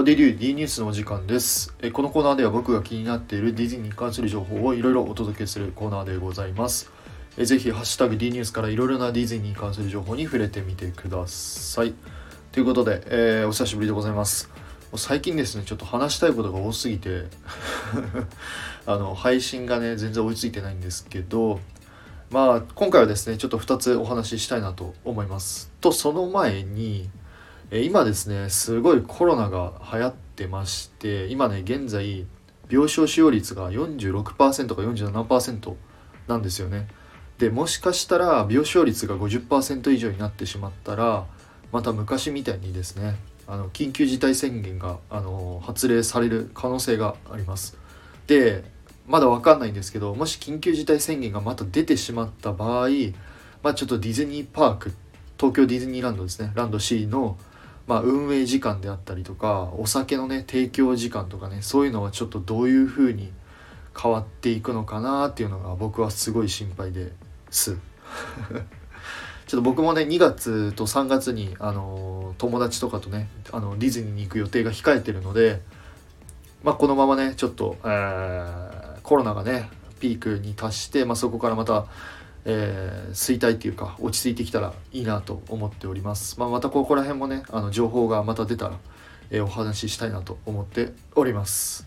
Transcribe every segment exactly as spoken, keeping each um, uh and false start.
デリュー D ニュースのお時間です。えこのコーナーでは僕が気になっているディズニーに関する情報をいろいろお届けするコーナーでございます。えぜひハッシュタグ D ニュースからいろいろなディズニーに関する情報に触れてみてください。ということで、えー、お久しぶりでございます。最近ですね、ちょっと話したいことが多すぎてあの配信がね全然追いついてないんですけど、まあ今回はですねちょっとふたつお話ししたいなと思います。とその前に今ですねすごいコロナが流行ってまして、今ね現在病床使用率が よんじゅうろくパーセント か よんじゅうななパーセント なんですよね。でもしかしたら病床率が ごじゅっパーセント 以上になってしまったら、また昔みたいにですねあの緊急事態宣言があの発令される可能性があります。でまだ分かんないんですけど、もし緊急事態宣言がまた出てしまった場合、まあ、ちょっとディズニーパーク、東京ディズニーランドですね、ランド C のまあ、運営時間であったりとかお酒のね提供時間とかね、そういうのはちょっとどういう風に変わっていくのかなっていうのが僕はすごい心配ですちょっと僕もねにがつとさんがつに、あのー、友達とかとねあのディズニーに行く予定が控えてるので、まあ、このままねちょっと、えー、コロナがねピークに達して、まあ、そこからまたえー、衰退っていうか落ち着いてきたらいいなと思っております。まあ、またここら辺もねあの情報がまた出たら、えー、お話ししたいなと思っております。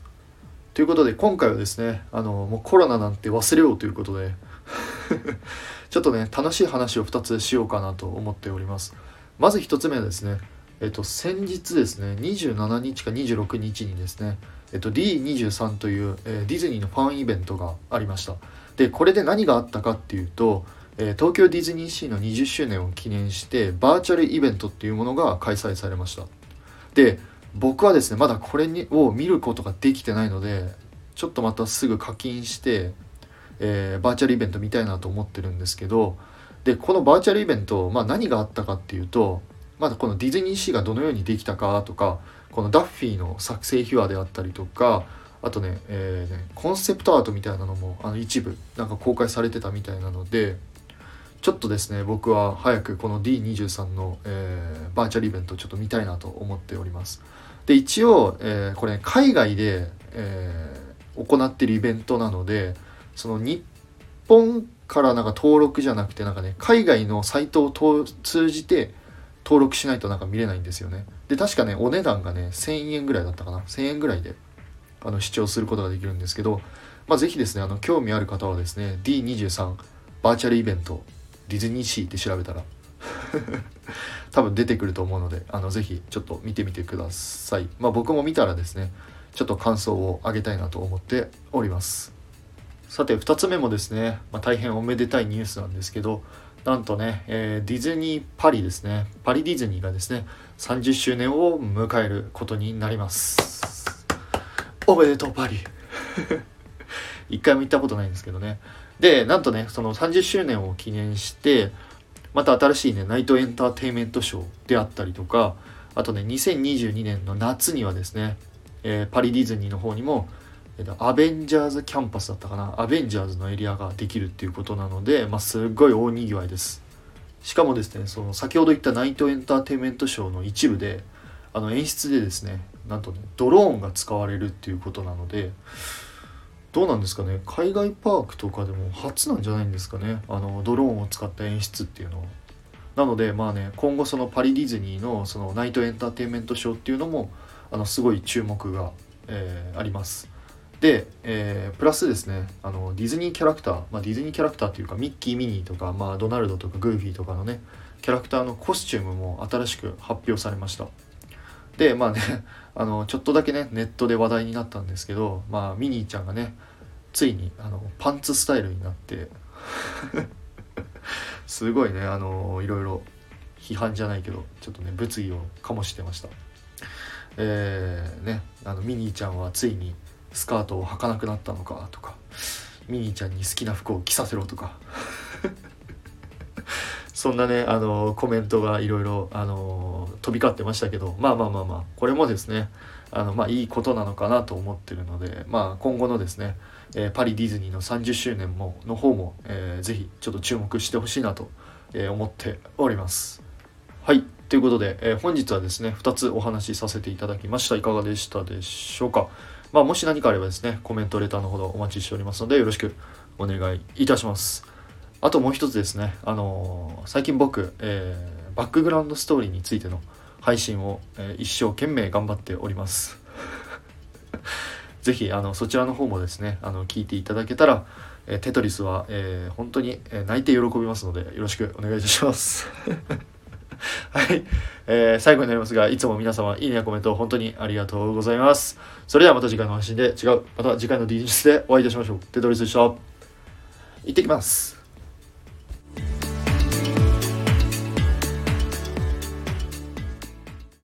ということで今回はですねあのもうコロナなんて忘れようということでちょっとね楽しい話をふたつしようかなと思っております。まずひとつめはですねえっと先日ですねにじゅうしちにちかにじゅうろくにちにですねえっと ディーにじゅうさん という、えー、ディズニーのファンイベントがありました。でこれで何があったかっていうと、えー、東京ディズニーシーのにじゅっしゅうねんを記念してバーチャルイベントっていうものが開催されました。で僕はですねまだこれにを見ることができてないので、ちょっとまたすぐ課金して、えー、バーチャルイベント見たいなと思ってるんですけど、でこのバーチャルイベント、まあ、何があったかっていうと、まだこのディズニーシーがどのようにできたかとか、このダッフィーの作成秘話であったりとか、あとね,、えー、ねコンセプトアートみたいなのもあの一部なんか公開されてたみたいなので、ちょっとですね僕は早くこの ディーにじゅうさん の、えー、バーチャルイベントをちょっと見たいなと思っております。で一応、えー、これ、ね、海外で、えー、行っているイベントなので、その日本からなんか登録じゃなくてなんかね海外のサイトを通じて登録しないとなんか見れないんですよね。で確かねお値段がねせんえんぐらいだったかな、せんえんぐらいであの視聴することができるんですけど、まあ、ぜひですねあの興味ある方はですね ディーにじゅうさん バーチャルイベントディズニーシーって調べたら多分出てくると思うので、あのぜひちょっと見てみてください。まあ僕も見たらですねちょっと感想をあげたいなと思っております。さてふたつめもですね、まあ、大変おめでたいニュースなんですけど、なんとね、えー、ディズニーパリですねパリディズニーがですねさんじゅっしゅうねんを迎えることになります。おめでとうパリ一回も行ったことないんですけどね。でなんとねそのさんじゅっしゅうねんを記念してまた新しいねナイトエンターテインメントショーであったりとか、あとねにせんにじゅうにねんの夏にはですね、えー、パリディズニーの方にもアベンジャーズキャンパスだったかな、アベンジャーズのエリアができるっていうことなので、まあ、すっごい大にぎわいです。しかもですねその先ほど言ったナイトエンターテインメントショーの一部であの演出でですねなんとねドローンが使われるっていうことなので、どうなんですかね、海外パークとかでも初なんじゃないんですかね、あのドローンを使った演出っていうのは。なのでまあね今後そのパリディズニーのそのナイトエンターテインメントショーっていうのもあのすごい注目が、えー、あります。で、えー、プラスですねあのディズニーキャラクター、まあ、ディズニーキャラクターというかミッキーミニーとか、まあ、ドナルドとかグーフィーとかのねキャラクターのコスチュームも新しく発表されました。でまあねあのちょっとだけねネットで話題になったんですけど、まあミニーちゃんがねついにあのパンツスタイルになってすごいねあのいろいろ批判じゃないけどちょっとね物議を醸してました。えー、ねあのミニーちゃんはついにスカートを履かなくなったのかとか、ミニーちゃんに好きな服を着させろとかそんなねあのコメントがいろいろあの飛び交ってましたけど、まあまあまあまあこれもですねあのまあいいことなのかなと思ってるので、まあ今後のですね、えー、パリディズニーのさんじゅっしゅうねんもの方も、えー、ぜひちょっと注目してほしいなと、えー、思っております。はいということで、えー、本日はですねふたつお話しさせていただきました。いかがでしたでしょうか。まあ、もし何かあればですねコメントレターのほどお待ちしておりますのでよろしくお願いいたします。あともう一つですね、あのー、最近僕、えー、バックグラウンドストーリーについての配信を、えー、一生懸命頑張っておりますぜひあのそちらの方もですねあの聞いていただけたら、えー、テトリスは、えー、本当に泣いて喜びますのでよろしくお願いいたしますはい、えー、最後になりますがいつも皆様いいねやコメント本当にありがとうございます。それではまた次回の配信で違うまた次回の ディーニュースでお会いいたしましょう。テトリスでした。行ってきます。